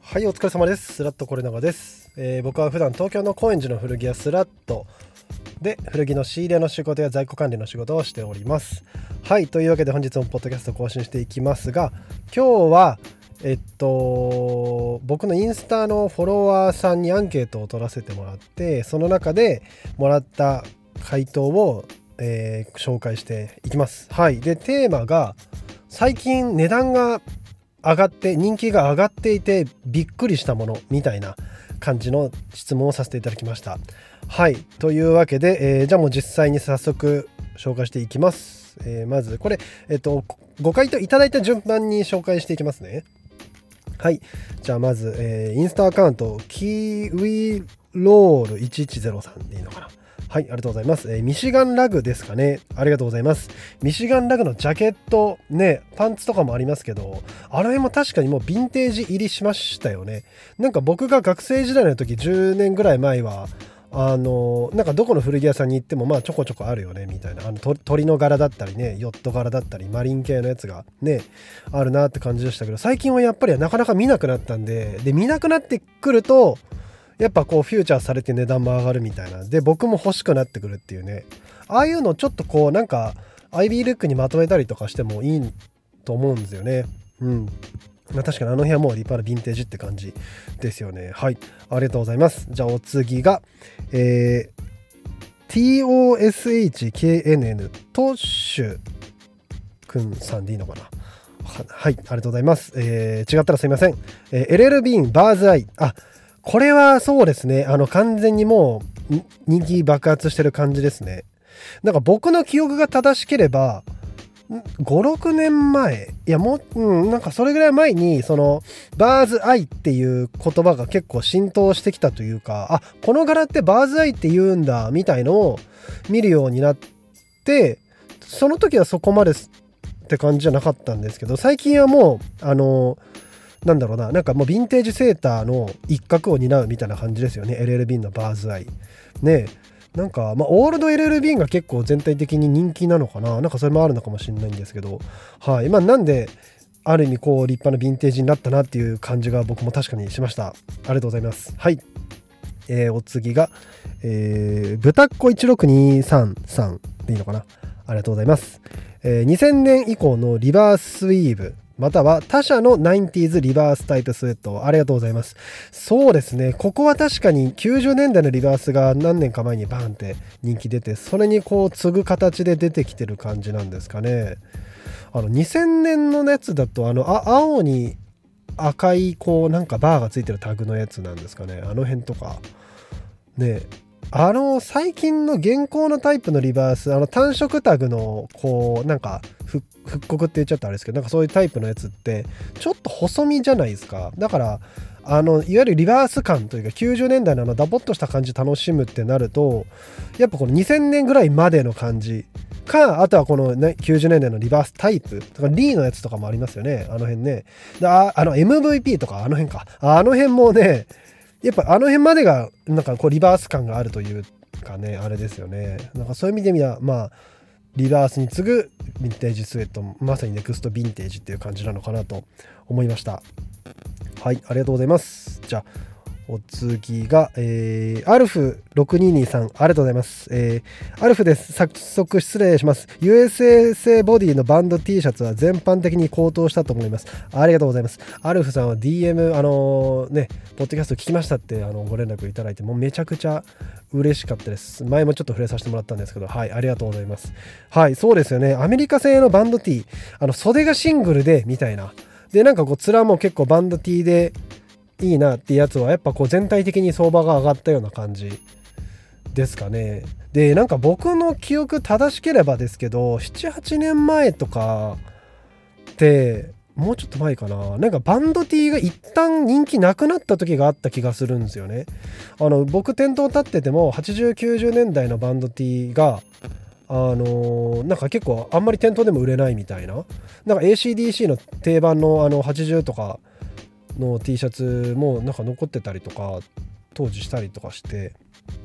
はい、お疲れ様です。スラットコレナガです。僕は普段東京の高円寺の古着屋スラットで古着の仕入れの仕事や在庫管理の仕事をしております。はい、というわけで本日もポッドキャスト更新していきますが、今日は僕のインスタのフォロワーさんにアンケートを取らせてもらって、その中でもらった回答を、紹介していきます。はい、でテーマが最近値段が上がって人気が上がっていてびっくりしたものみたいな感じの質問をさせていただきました。はい、というわけで、じゃあもう実際に早速紹介していきます。まずこれ、ご回答いただいた順番に紹介していきますね。はい、じゃあまず、インスタアカウントキウイロール1103でいいのかな。はい、ありがとうございます。ミシガンラグですかね。ありがとうございます。ミシガンラグのジャケットね、パンツとかもありますけど、あの辺も確かにもうヴィンテージ入りしましたよね。なんか僕が学生時代の時10年ぐらい前はなんかどこの古着屋さんに行ってもまあちょこちょこあるよねみたいな、鳥の柄だったりね、ヨット柄だったりマリン系のやつがねあるなって感じでしたけど、最近はやっぱりなかなか見なくなったんで、見なくなってくるとやっぱこうフューチャーされて値段も上がるみたいなで、僕も欲しくなってくるっていうね、ああいうのちょっとこうなんかアイビールックにまとめたりとかしてもいいと思うんですよね。まあ、確かにあの部屋も立派なヴィンテージって感じですよね。はい、ありがとうございます。じゃあお次が、TOSHKNN トッシュくんさんでいいのかな。はい、ありがとうございます。違ったらすいません。LL ビーンバーズアイ、これはそうですね、完全にもう人気爆発してる感じですね。なんか僕の記憶が正しければ5、6年前、いやもう、なんかそれぐらい前にそのバーズアイっていう言葉が結構浸透してきたというか、この柄ってバーズアイって言うんだみたいのを見るようになって、その時はそこまでって感じじゃなかったんですけど、最近はもうなんだろうな、なんかもうヴィンテージセーターの一角を担うみたいな感じですよね。 LL ビーンのバーズアイね。なんかオールド LL ビーンが結構全体的に人気なのかな、なんかそれもあるのかもしれないんですけど、はい、なんである意味こう立派なヴィンテージになったなっていう感じが僕も確かにしました。ありがとうございます。はい、お次が、豚っ子16233でいいのかな。ありがとうございます。2000年以降のリバースウィーブまたは他社の 90s リバースタイプスウェット、ありがとうございます。そうですね、ここは確かに90年代のリバースが何年か前にバーンって人気出て、それにこう継ぐ形で出てきてる感じなんですかね。2000年のやつだと青に赤いこうなんかバーがついてるタグのやつなんですかね。あの辺とかね、最近の現行のタイプのリバース、単色タグのこうなんか復刻って言っちゃったらあれですけど、なんかそういうタイプのやつってちょっと細身じゃないですか。だからいわゆるリバース感というか90年代のダボっとした感じ楽しむってなると、やっぱこの2000年ぐらいまでの感じか、あとはこの、ね、90年代のリバースタイプとかリーのやつとかもありますよね。あの辺ね。MVP とかあの辺か。あの辺もね、やっぱあの辺までがなんかこうリバース感があるというかね、あれですよね。なんかそういう意味で見はリバースに次ぐヴィンテージスウェット、まさにネクストヴィンテージっていう感じなのかなと思いました。はい、ありがとうございます。じゃあお次が、アルフ6223、ありがとうございます。アルフです。早速失礼します。USA 製ボディのバンド T シャツは全般的に高騰したと思います。ありがとうございます。アルフさんは DM ポッドキャスト聞きましたってご連絡いただいて、もうめちゃくちゃ嬉しかったです。前もちょっと触れさせてもらったんですけど、はい、ありがとうございます。はい、そうですよね。アメリカ製のバンド T、袖がシングルでみたいな。で、なんかこう面も結構バンド T でいいなってやつはやっぱこう全体的に相場が上がったような感じですかね。で、なんか僕の記憶正しければですけど、7、8年前とかってもうちょっと前かな、なんかバンド T が一旦人気なくなった時があった気がするんですよね。僕店頭立ってても80、90年代のバンド T がなんか結構あんまり店頭でも売れないみたいな、なんか ACDC の定番の80とかの T シャツもなんか残ってたりとか当時したりとかして、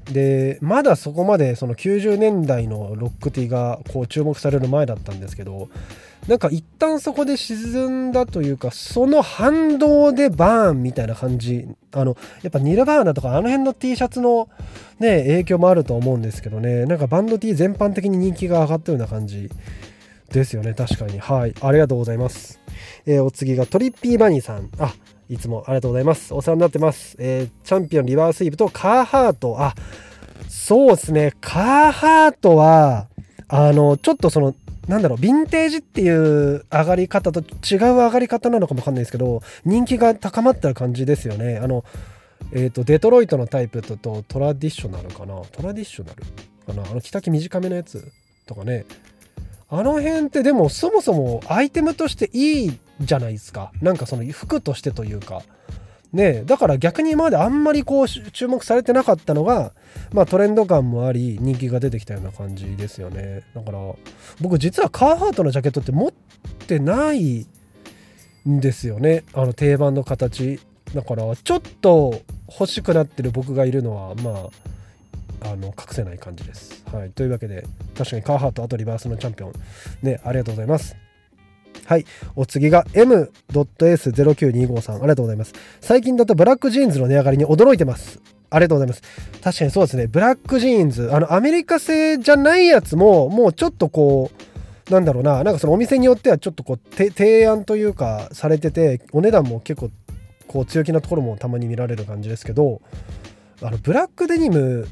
でまだそこまでその90年代のロックティがこう注目される前だったんですけど、なんか一旦そこで沈んだというか、その反動でバーンみたいな感じ、やっぱニルバーナとかあの辺の T シャツのね影響もあると思うんですけどね、なんかバンド T 全般的に人気が上がったような感じですよね。確かに。はい、ありがとうございます。お次がトリッピーバニーさん。いつもありがとうございます。お世話になってます。チャンピオンリバースイーブとカーハート。そうですね。カーハートはちょっとそのヴィンテージっていう上がり方と違う上がり方なのかもわかんないですけど、人気が高まってる感じですよね。デトロイトのタイプとトラディショナルかな、着丈短めのやつとかね、あの辺ってでもそもそもアイテムとしていいじゃないですか。なんかその服としてというかね、だから逆に今まであんまりこう注目されてなかったのが、トレンド感もあり人気が出てきたような感じですよね。だから僕実はカーハートのジャケットって持ってないんですよね。定番の形だからちょっと欲しくなってる僕がいるのは隠せない感じです。はい、というわけで確かにカーハート、あとリバースのチャンピオンね、ありがとうございます。はい、お次が M.S0925 さん、ありがとうございます。最近だとブラックジーンズの値上がりに驚いてます。ありがとうございます。確かにそうですね。ブラックジーンズアメリカ製じゃないやつももうちょっとこうなんかそのお店によってはちょっとこう提案というかされてて、お値段も結構こう強気なところもたまに見られる感じですけど、ブラックデニム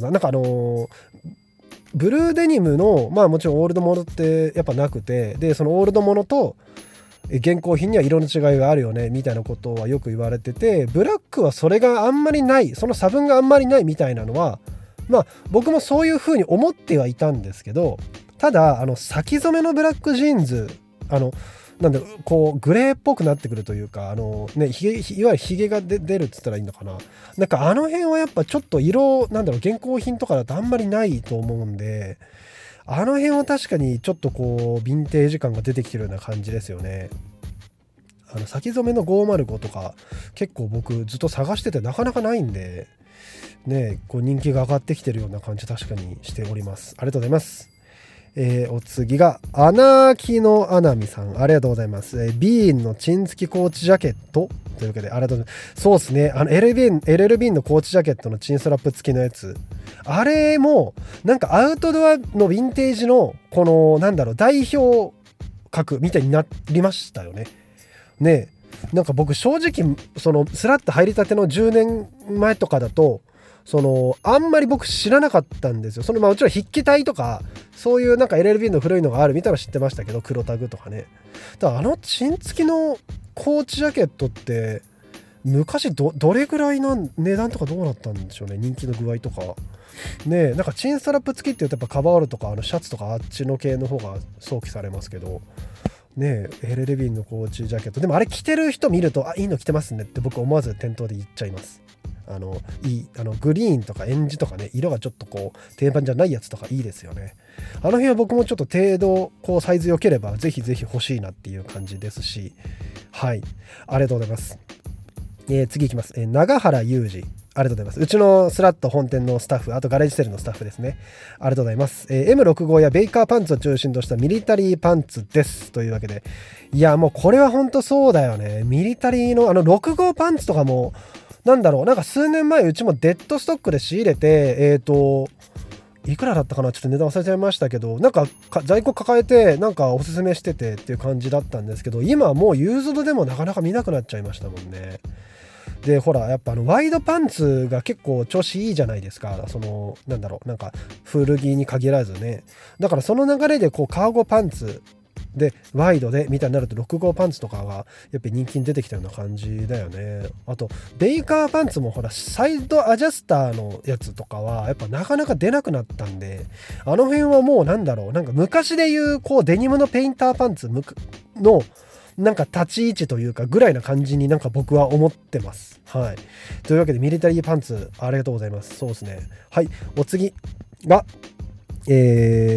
ブルーデニムのもちろんオールドものってやっぱなくて、でそのオールドものと現行品には色の違いがあるよねみたいなことはよく言われてて、ブラックはそれがあんまりない、その差分があんまりないみたいなのは僕もそういう風に思ってはいたんですけど、ただ先染めのブラックジーンズこうグレーっぽくなってくるというか、いわゆるヒゲが出るっつったらいいのかな、なんかあの辺はやっぱちょっと色現行品とかだとあんまりないと思うんで、あの辺は確かにちょっとこうヴィンテージ感が出てきてるような感じですよね。先染めの505とか結構僕ずっと探しててなかなかないんでね、こう人気が上がってきてるような感じ確かにしております。ありがとうございます。お次がアナーキのアナミさん、ありがとうございます。ビーンのチン付きコーチジャケットというわけでありがとうございます。そうですね、LL ビーンのコーチジャケットのチンストラップ付きのやつ、あれもなんかアウトドアのヴィンテージのこの代表格みたいになりましたよね。ね、なんか僕正直そのスラッと入りたての10年前とかだとあんまり僕知らなかったんですよ。もちろん筆記体とかそういうなんか LLB の古いのがあるみたいなの知ってましたけど、黒タグとかね。だからチン付きのコーチジャケットって昔どれぐらいの値段とかどうなったんでしょうね、人気の具合とかね。なんかチンストラップ付きって言うとやっぱカバーオールとかシャツとかあっちの系の方が想起されますけどね、LLB のコーチジャケットでもあれ着てる人見るといいの着てますねって僕思わず店頭で言っちゃいます。グリーンとかエンジとかね、色がちょっとこう定番じゃないやつとかいいですよね。あの辺は僕もちょっと程度こうサイズ良ければぜひぜひ欲しいなっていう感じですし、はい、ありがとうございます。次いきます。永原裕二、ありがとうございます。うちのスラット本店のスタッフ、あとガレージセルのスタッフですね。ありがとうございます。M65 やベイカーパンツを中心としたミリタリーパンツですというわけで、いやもうこれは本当そうだよね。ミリタリーの65パンツとかもなんか数年前うちもデッドストックで仕入れていくらだったかな、ちょっと値段忘れちゃいましたけど、なんか在庫抱えてなんかおすすめしててっていう感じだったんですけど、今はもうユーズドでもなかなか見なくなっちゃいましたもんね。でほらやっぱワイドパンツが結構調子いいじゃないですか。なんか古着に限らずね。だからその流れでこうカーゴパンツでワイドでみたいになると6号パンツとかがやっぱり人気に出てきたような感じだよね。あとベイカーパンツもほらサイドアジャスターのやつとかはやっぱなかなか出なくなったんで、あの辺はもうなんか昔でいうこうデニムのペインターパンツのなんか立ち位置というかぐらいな感じになんか僕は思ってます。はい、というわけでミリタリーパンツありがとうございます。そうですね。はい、お次が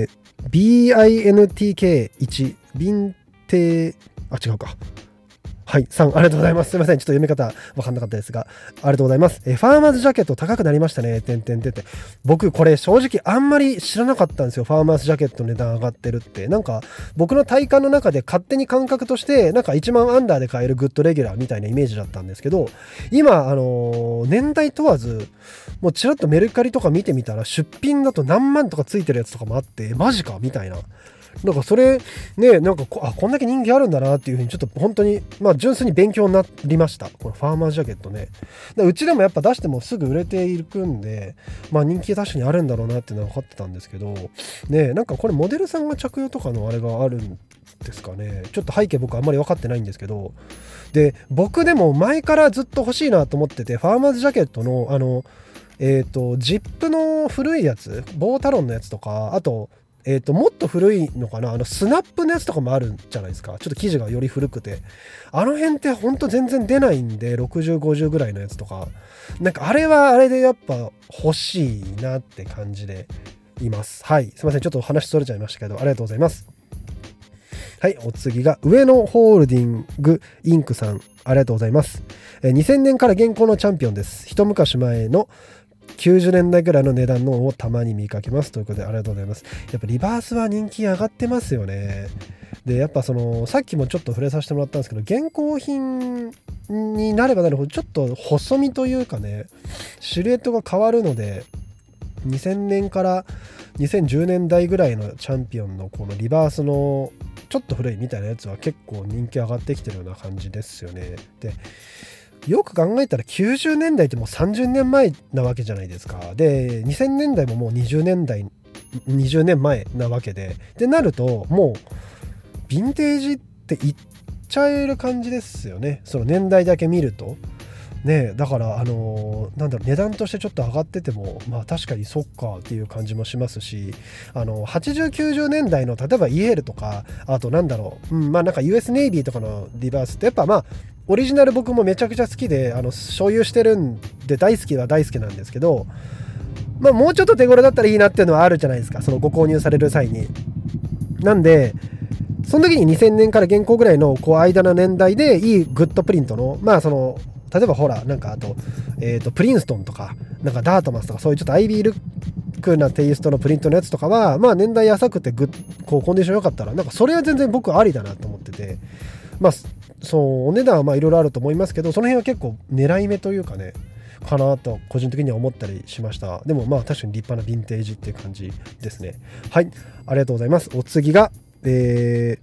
BINTK1 ヴィンテー違うか。 はい、3、ありがとうございます。すいません。ちょっと読み方わかんなかったですが、ありがとうございます。ファーマーズジャケット高くなりましたね。てんてんてんてん。僕、これ正直あんまり知らなかったんですよ。ファーマーズジャケットの値段上がってるって。なんか、僕の体感の中で勝手に感覚として、なんか1万アンダーで買えるグッドレギュラーみたいなイメージだったんですけど、今、年代問わず、もうちらっとメルカリとか見てみたら、出品だと何万とかついてるやつとかもあって、マジかみたいな。なんかそれね、なんかこんだけ人気あるんだなっていうふうにちょっと本当に純粋に勉強になりました。このファーマーズジャケットね。うちでもやっぱ出してもすぐ売れていくんで、人気確かにあるんだろうなっていうのは分かってたんですけどね。なんかこれモデルさんが着用とかのあれがあるんですかね。ちょっと背景僕あんまり分かってないんですけど、で僕でも前からずっと欲しいなと思ってて、ファーマーズジャケットのジップの古いやつ、ボータロンのやつとか、あともっと古いのかな、スナップのやつとかもあるじゃないですか。ちょっと生地がより古くて、あの辺ってほんと全然出ないんで、60、50ぐらいのやつとか、なんかあれはあれでやっぱ欲しいなって感じでいます。はい、すいません、ちょっと話それちゃいましたけど、ありがとうございます。はい、お次が上野ホールディングインクさん、ありがとうございます。2000年から現行のチャンピオンです。一昔前の90年代ぐらいの値段のをたまに見かけますということで、ありがとうございます。やっぱリバースは人気上がってますよね。でやっぱさっきもちょっと触れさせてもらったんですけど、現行品になればなるほどちょっと細身というかね、シルエットが変わるので、2000年から2010年代ぐらいのチャンピオンのこのリバースのちょっと古いみたいなやつは結構人気上がってきてるような感じですよね。でよく考えたら90年代ってもう30年前なわけじゃないですか。で2000年代ももう20年前なわけで、ってなるともうヴィンテージって言っちゃえる感じですよね。その年代だけ見るとね。だから値段としてちょっと上がってても確かにそっかっていう感じもしますし、80、90年代の例えばイエールとか、あとなんか US ネイビーとかのリバースってやっぱオリジナル僕もめちゃくちゃ好きで所有してるんで大好きは大好きなんですけど、もうちょっと手頃だったらいいなっていうのはあるじゃないですか、そのご購入される際に。なんでその時に2000年から現行ぐらいの間の年代でいいグッドプリントの例えばほらなんかあと、プリンストンとかなんかダートマスとか、そういうちょっとアイビールックなテイストのプリントのやつとかは年代浅くてコンディション良かったらなんかそれは全然僕ありだなと思ってて、そうお値段はいろいろあると思いますけど、その辺は結構狙い目というかねかなと個人的には思ったりしました。でも確かに立派なヴィンテージっていう感じですね。はい、ありがとうございます。お次がエ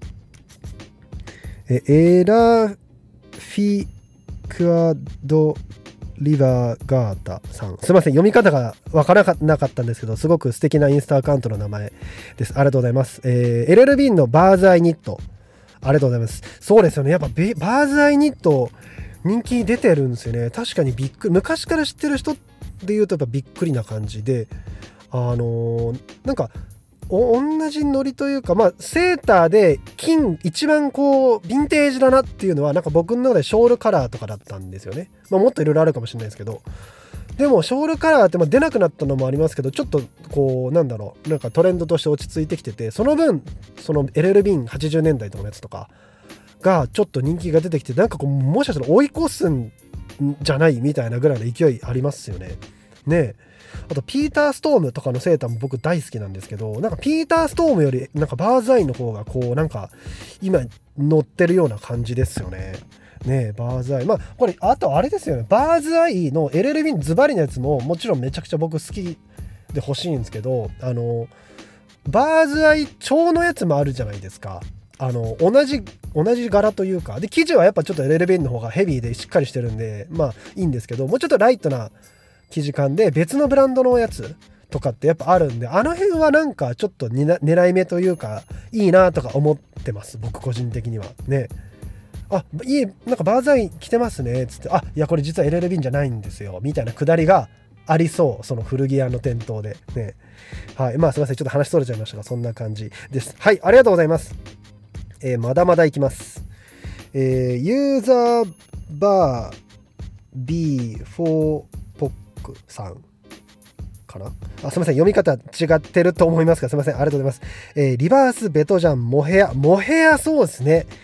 ラフィクアドリバーガータさん、すいません読み方がわからなかったんですけど、すごく素敵なインスタアカウントの名前です。ありがとうございます。LLB のバーズアイニット、ありがとうございます。そうですよね、やっぱバーズアイニット人気出てるんですよね。確かにびっくり、昔から知ってる人で言うとやっぱびっくりな感じで、なんか同じノリというか、セーターで金一番ヴィンテージだなっていうのはなんか僕の中でショールカラーとかだったんですよね。もっといろいろあるかもしれないですけど、でもショールカラーって出なくなったのもありますけど、ちょっとなんかトレンドとして落ち着いてきてて、その分その LL ビン80年代とかのやつとかがちょっと人気が出てきて、なんかもしかしたら追い越すんじゃないみたいなぐらいの勢いありますよね。ねえ、あとピーターストームとかのセーターも僕大好きなんですけど、なんかピーターストームよりなんかバーズアイの方がなんか今乗ってるような感じですよね。ねえ、バーズアイ、これあとあれですよね、バーズアイの LLB ズバリのやつももちろんめちゃくちゃ僕好きで欲しいんですけど、バーズアイ調のやつもあるじゃないですか。同じ柄というかで、生地はやっぱちょっと LLB の方がヘビーでしっかりしてるんでいいんですけど、もうちょっとライトな生地感で別のブランドのやつとかってやっぱあるんで、あの辺はなんかちょっと狙い目というかいいなとか思ってます、僕個人的にはね。いい、なんかバーズアイ着てますねつって、いやこれ実は LL ビンじゃないんですよみたいなくだりがありそう、その古着屋の店頭でね。はい、すいませんちょっと話それちゃいましたが、そんな感じです。はい、ありがとうございます。まだまだいきます。ユーザーバー B4さんかな、すみません読み方違ってると思いますが、すみません、ありがとうございます。リバースベトジャンモヘア、そうですね。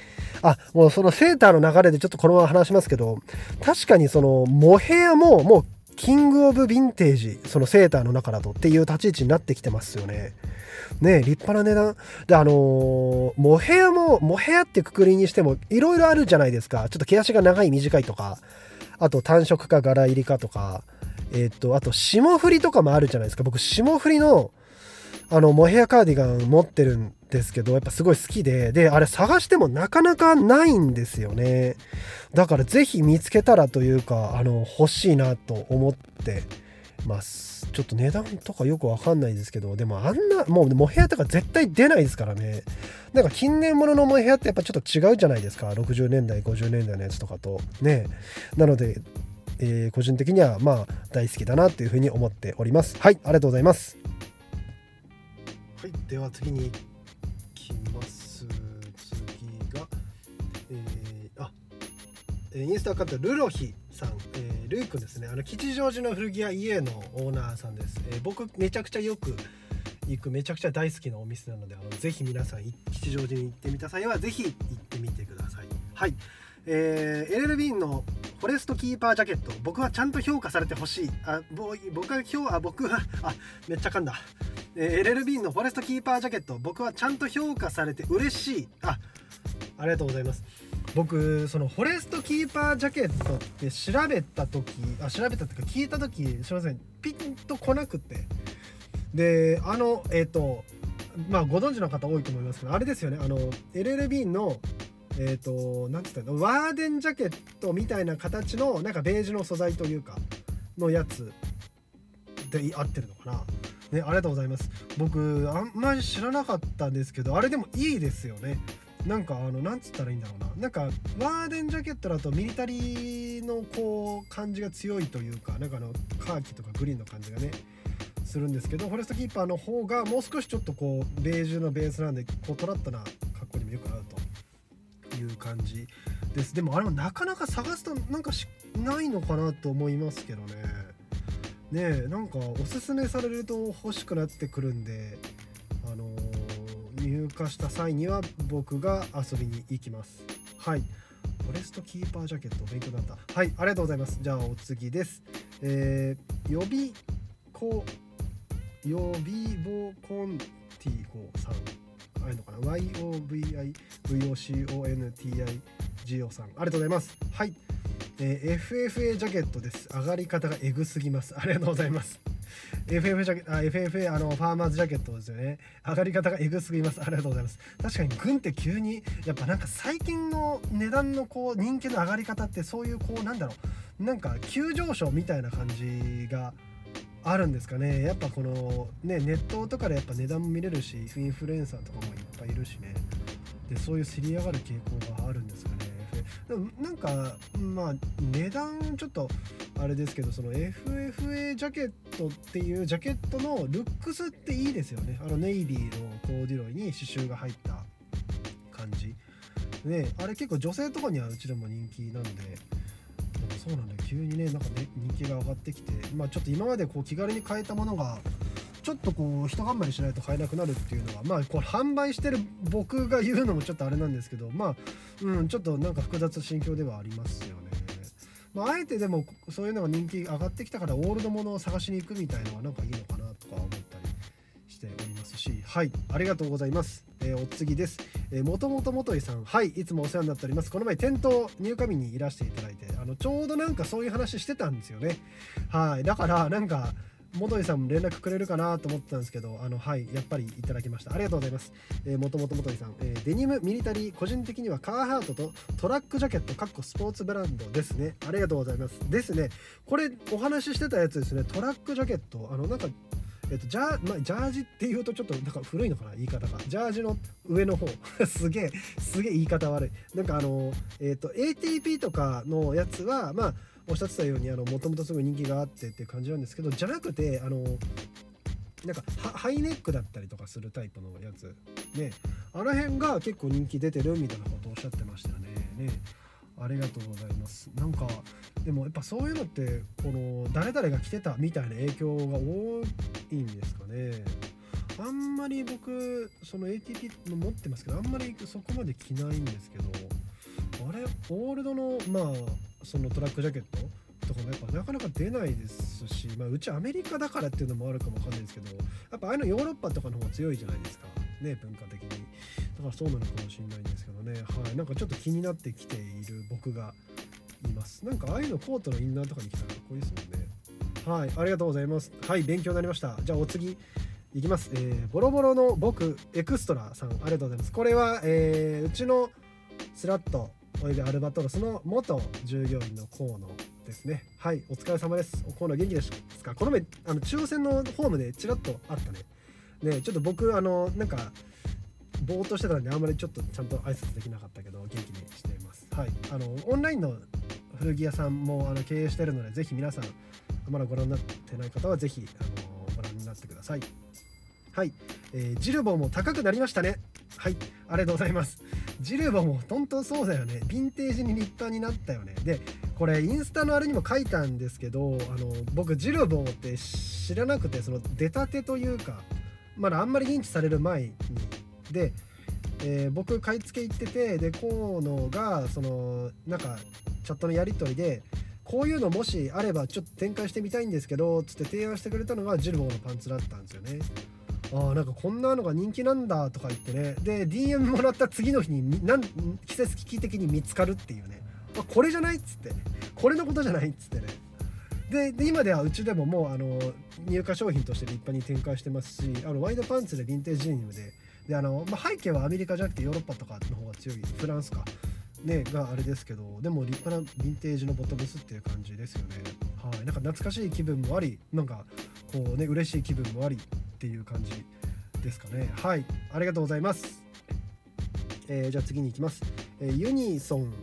もうそのセーターの流れでちょっとこのまま話しますけど、確かにそのモヘアももうキングオブヴィンテージ、そのセーターの中だとっていう立ち位置になってきてますよね。ね、立派な値段で、モヘアってくくりにしてもいろいろあるじゃないですか。ちょっと毛足が長い短いとか、あと単色か柄入りかとか、あと霜降りとかもあるじゃないですか。僕霜降りのモヘアカーディガン持ってるんですけど、やっぱすごい好きで、あれ探してもなかなかないんですよね。だからぜひ見つけたらというか、欲しいなと思ってます。ちょっと値段とかよくわかんないですけど、でももうモヘアとか絶対出ないですからね。なんか近年もののモヘアってやっぱちょっと違うじゃないですか。60年代、50年代のやつとかと。ね。なので、個人的には大好きだなというふうに思っております。はい、ありがとうございます。はい、では次に行きます。次が、インスタアカウントルロヒさん、ルイ君ですね。吉祥寺の古着屋家のオーナーさんです。僕めちゃくちゃよく行く、めちゃくちゃ大好きなお店なので、ぜひ皆さん吉祥寺に行ってみた際はぜひ行ってみてください。はい、LL ビーンのフォレストキーパージャケット、僕はちゃんと評価されてほしい。僕はめっちゃ噛んだ。LL ビーンのフォレストキーパージャケット、僕はちゃんと評価されて嬉しい。ありがとうございます。僕そのフォレストキーパージャケットって調べたっていうか聞いた時、すいません、ピンとこなくて、でご存知の方多いと思いますけど、あれですよね、LL ビーンのなんて言ったの、ワーデンジャケットみたいな形のなんかベージュの素材というかのやつで合ってるのかなね。ありがとうございます。僕あんまり知らなかったんですけど、あれでもいいですよね。なんかなんつったらいいんだろうな、なんかワーデンジャケットだとミリタリーのこう感じが強いというか、なんかカーキとかグリーンの感じがねするんですけど、フォレストキーパーの方がもう少しちょっとこうベージュのベースなんで、こうトラットな格好にもよく合うという感じです。でもあれもなかなか探すとなんかないのかなと思いますけどね。なんかおすすめされると欲しくなってくるんで、入荷した際には僕が遊びに行きます。はい、フォレストキーパージャケット勉強になった。はい、ありがとうございます。じゃあお次です。予備ボコンティゴさん、あれのかな、 YOVIVOCONTIGO さん、ありがとうございます。はい、FFA ジャケットです。上がり方がエグすぎます。ありがとうございます。FFA ジャケット、FFA ファーマーズジャケットですよね。上がり方がエグすぎます。ありがとうございます。確かに軍って急にやっぱなんか最近の値段のこう人気の上がり方ってそういうこうなんだろう、なんか急上昇みたいな感じがあるんですかね。やっぱこのね、ネットとかでやっぱ値段も見れるし、インフルエンサーとかもいっぱいいるしね。でそういう競り上がる傾向があるんですかね。でもなんか値段ちょっとあれですけど、その FFA ジャケットっていうジャケットのルックスっていいですよね。ネイビーのコーデュロイに刺繍が入った感じね。あれ結構女性とかにはうちでも人気なんで、そうなんだよ、急にねなんかね人気が上がってきて、ちょっと今までこう気軽に買えたものがちょっとこう一頑張りしないと買えなくなるっていうのは、これ販売してる僕が言うのもちょっとあれなんですけど、ちょっとなんか複雑な心境ではありますよね。あえてでもそういうのが人気上がってきたからオールドものを探しに行くみたいのはなんかいいのかなとか思ったりしておりますし、はい、ありがとうございます。お次です。もともともといさん、はい、いつもお世話になっております。この前店頭入荷日にいらしていただいて、ちょうどなんかそういう話してたんですよね。はい、だからなんか元井さんも連絡くれるかなと思ってたんですけど、はい、やっぱりいただきました。ありがとうございます。もともと元井さん、デニムミリタリー、個人的にはカーハートとトラックジャケットスポーツブランドですね。ありがとうございますですね。これお話ししてたやつですね。トラックジャケット、なんかジャージっていうとちょっとなんか古いのかな、言い方が。ジャージの上の方すげえ言い方悪い。なんかATP とかのやつはおっしゃってたようにもともとすごい人気があってっていう感じなんですけど、じゃなくてなんかハイネックだったりとかするタイプのやつね、あの辺が結構人気出てるみたいなことをおっしゃってましたよね。ありがとうございます。なんかでもやっぱそういうのってこの誰々が着てたみたいな影響が多いんですかね。あんまり僕その ATP も持ってますけど、あんまりそこまで着ないんですけど、 あれオールドのそのトラックジャケットとかもやっぱなかなか出ないですし、うちアメリカだからっていうのもあるかもわかんないですけど、やっぱああいうのヨーロッパとかの方が強いじゃないですかね、文化的に。だからそうなのかもしれないんですけどね。はい、なんかちょっと気になってきている僕がいます。なんかああいうのコートのインナーとかに着たらかっこいいですもんね。はい、ありがとうございます。はい、勉強になりました。じゃあお次いきます。ボロボロの僕エクストラさん、ありがとうございます。これは、うちのスラットおよびアルバトロスの元従業員の河野ですね。はい、お疲れ様です。河野元気ですか？この前抽選のホームでちらっとあったね。ね、ちょっと僕なんかぼーっとしてたんであんまりちょっとちゃんと挨拶できなかったけど元気にしています。はい、オンラインの古着屋さんも経営してるので、ぜひ皆さんまだご覧になってない方はぜひご覧になってください。はい、ジルボも高くなりましたね。はい、ありがとうございます。ジルボも本当そうだよね。ヴィンテージに立派になったよね。でこれインスタのあれにも書いたんですけど、僕ジルボって知らなくて、その出たてというかまだあんまり認知される前にで、僕買い付け行ってて、で河野がそのなんかチャットのやり取りでこういうのもしあればちょっと展開してみたいんですけどつって提案してくれたのがジルボのパンツだったんですよね。なんかこんなのが人気なんだとか言ってね。で DM もらった次の日に季節危機的に見つかるっていうね。これじゃないっつってね、これのことじゃないっつってね。で今ではうちでももう入荷商品として立派に展開してますし、ワイドパンツでヴィンテージデニムで背景はアメリカじゃなくてヨーロッパとかの方が強い、フランスかねがあれですけど、でも立派なヴィンテージのボトムスっていう感じですよね。はい、なんか懐かしい気分もあり、なんかこうね嬉しい気分もありっていう感じですかね。はい、ありがとうございます。じゃあ次に行きます。ユニソン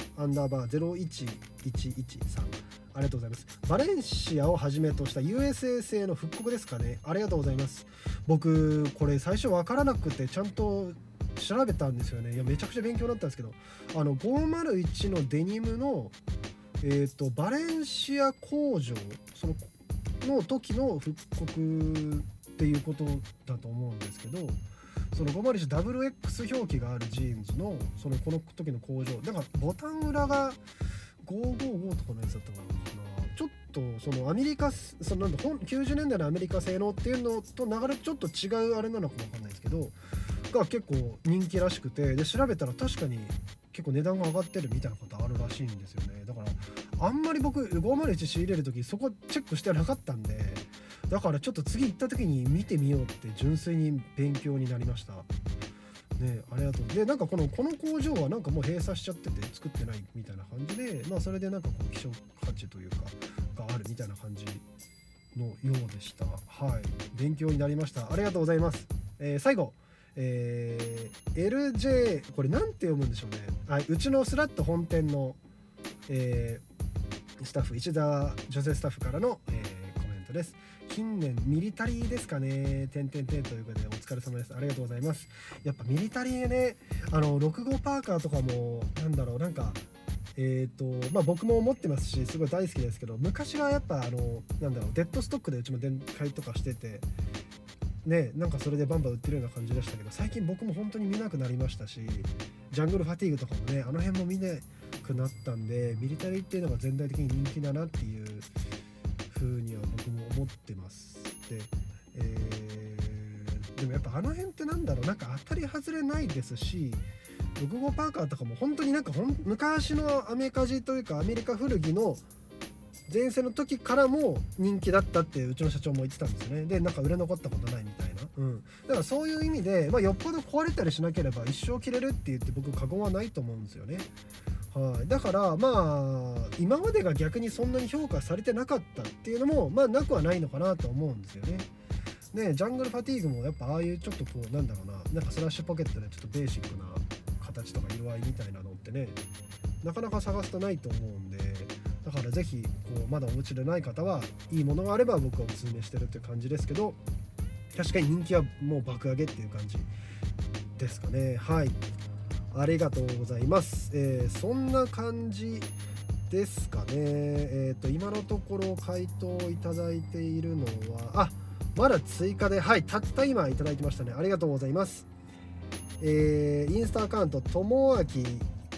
_0111さん、ありがとうございます。バレンシアをはじめとした USA 製の復刻ですかね。ありがとうございます。僕これ最初分からなくてちゃんと調べたんですよね。いやめちゃくちゃ勉強になったんですけど、501のデニムのバレンシア工場の時の復刻っていうことだと思うんですけど、その 501WX 表記があるジーンズのこの時の工場、なんかボタン裏が555とかのやつだったのかな。ちょっとそのアメリカ90年代のアメリカ製のっていうのと流れちょっと違うあれなのかもわかんないですけどが結構人気らしくて、で調べたら確かに結構値段が上がってるみたいなことあるらしいんですよね。だからあんまり僕501仕入れる時そこチェックしてなかったんで、だからちょっと次行った時に見てみようって純粋に勉強になりましたね。ありがとう。でなんかこの工場はなんかもう閉鎖しちゃってて作ってないみたいな感じで、それでなんかこう希少価値というかがあるみたいな感じのようでした。はい、勉強になりました。ありがとうございます。最後LJ、 これなんて読むんでしょうね。はい、うちのスラット本店の、スタッフ石田女性スタッフからの、コメントです。近年ミリタリーですかね。ということでお疲れ様です。ありがとうございます。やっぱミリタリーね、65パーカーとかもなんか僕も持ってますしすごい大好きですけど、昔はやっぱデッドストックでうちも展開とかしててね、なんかそれでバンバン売ってるような感じでしたけど、最近僕も本当に見なくなりましたし、ジャングルファティーグとかもねあの辺も見なくなったんで、ミリタリーっていうのが全体的に人気だなっていう風には僕も思ってます。でもやっぱあの辺ってなんか当たり外れないですし、65パーカーとかも本当になんか昔のアメカジというかアメリカ古着の前世の時からも人気だったってうちの社長も言ってたんですよね。でなんか売れ残ったことないみたいな、だからそういう意味で、よっぽど壊れたりしなければ一生着れるって言って僕過言はないと思うんですよね。はい、だから今までが逆にそんなに評価されてなかったっていうのもなくはないのかなと思うんですよね。でジャングルファティーグもやっぱああいうちょっとこうなんかスラッシュポケットでちょっとベーシックな形とか色合いみたいなのってねなかなか探すとないと思うんで、だからぜひこうまだお持ちでない方はいいものがあれば僕はお勧めしてるっていう感じですけど、確かに人気はもう爆上げっていう感じですかね。はい、ありがとうございます。そんな感じですかね。今のところ回答いただいているのはまだ追加でたった今いただいてましたね。ありがとうございます。インスタアカウントともあき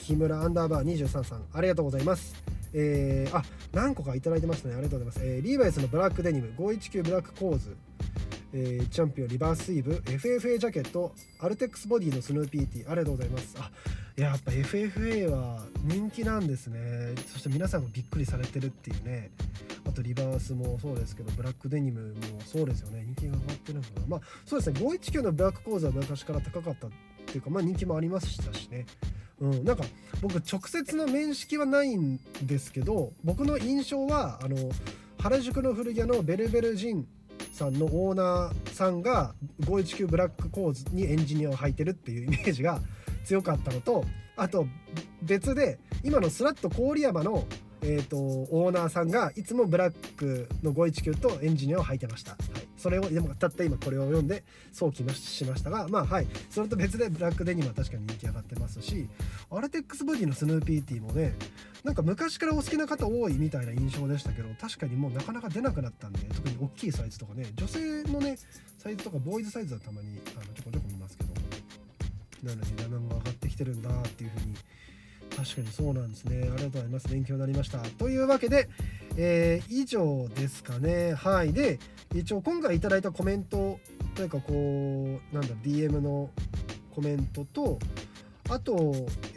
日村_23さん、ありがとうございます。何個かいただいてますね。ありがとうございます。リーバイスのブラックデニム519ブラックコーズ、チャンピオンリバースイーブ FFA ジャケットアルテックスボディのスヌーピーティー、ありがとうございます。やっぱ FFA は人気なんですね。そして皆さんもびっくりされてるっていうね。あとリバースもそうですけど、ブラックデニムもそうですよね。人気が上がってるのかな。そうですね、519のブラックコーズは昔から高かったっていうか、人気もありましたしね。なんか僕直接の面識はないんですけど、僕の印象は原宿の古着屋のベルベルジンさんのオーナーさんが519ブラックコーズにエンジニアを履いてるっていうイメージが強かったのと、あと別で今のスラット郡山のオーナーさんがいつもブラックの519とエンジニアを履いてました。それをでもたった今これを読んで想起しましたが、それと別でブラックデニムは確かに人気上がってますし、アルテックスボディのスヌーピーティーもね、なんか昔からお好きな方多いみたいな印象でしたけど、確かにもうなかなか出なくなったんで、特に大きいサイズとかね、女性のねサイズとかボーイズサイズはたまにちょこちょこ見ますけど、なので値段が上がってきてるんだっていう風に、確かにそうなんですね。ありがとうございます。勉強になりました。というわけで、以上ですかね。で一応今回いただいたコメントというか、DM のコメントと、あと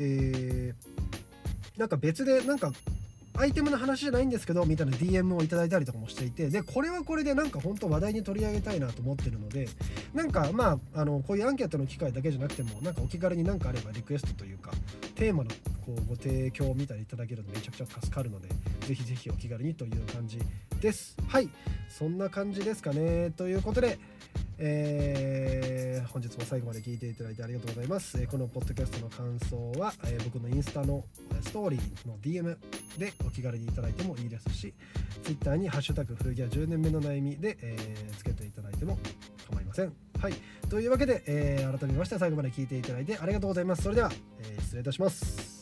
なんか別でアイテムの話じゃないんですけどみたいな DM をいただいたりとかもしていて、でこれはこれで本当話題に取り上げたいなと思ってるので、こういうアンケートの機会だけじゃなくてもお気軽にあればリクエストというかテーマのご提供みたいにいただけるとめちゃくちゃ助かるので、ぜひぜひお気軽にという感じです。そんな感じですかね。ということで本日も最後まで聞いていただいてありがとうございます。このポッドキャストの感想は、僕のインスタのストーリーの DM でお気軽にいただいてもいいですし、 Twitter にハッシュタグ古着屋10年目の悩みで、つけていただいても構いません。というわけで、改めまして最後まで聞いていただいてありがとうございます。それでは、失礼いたします。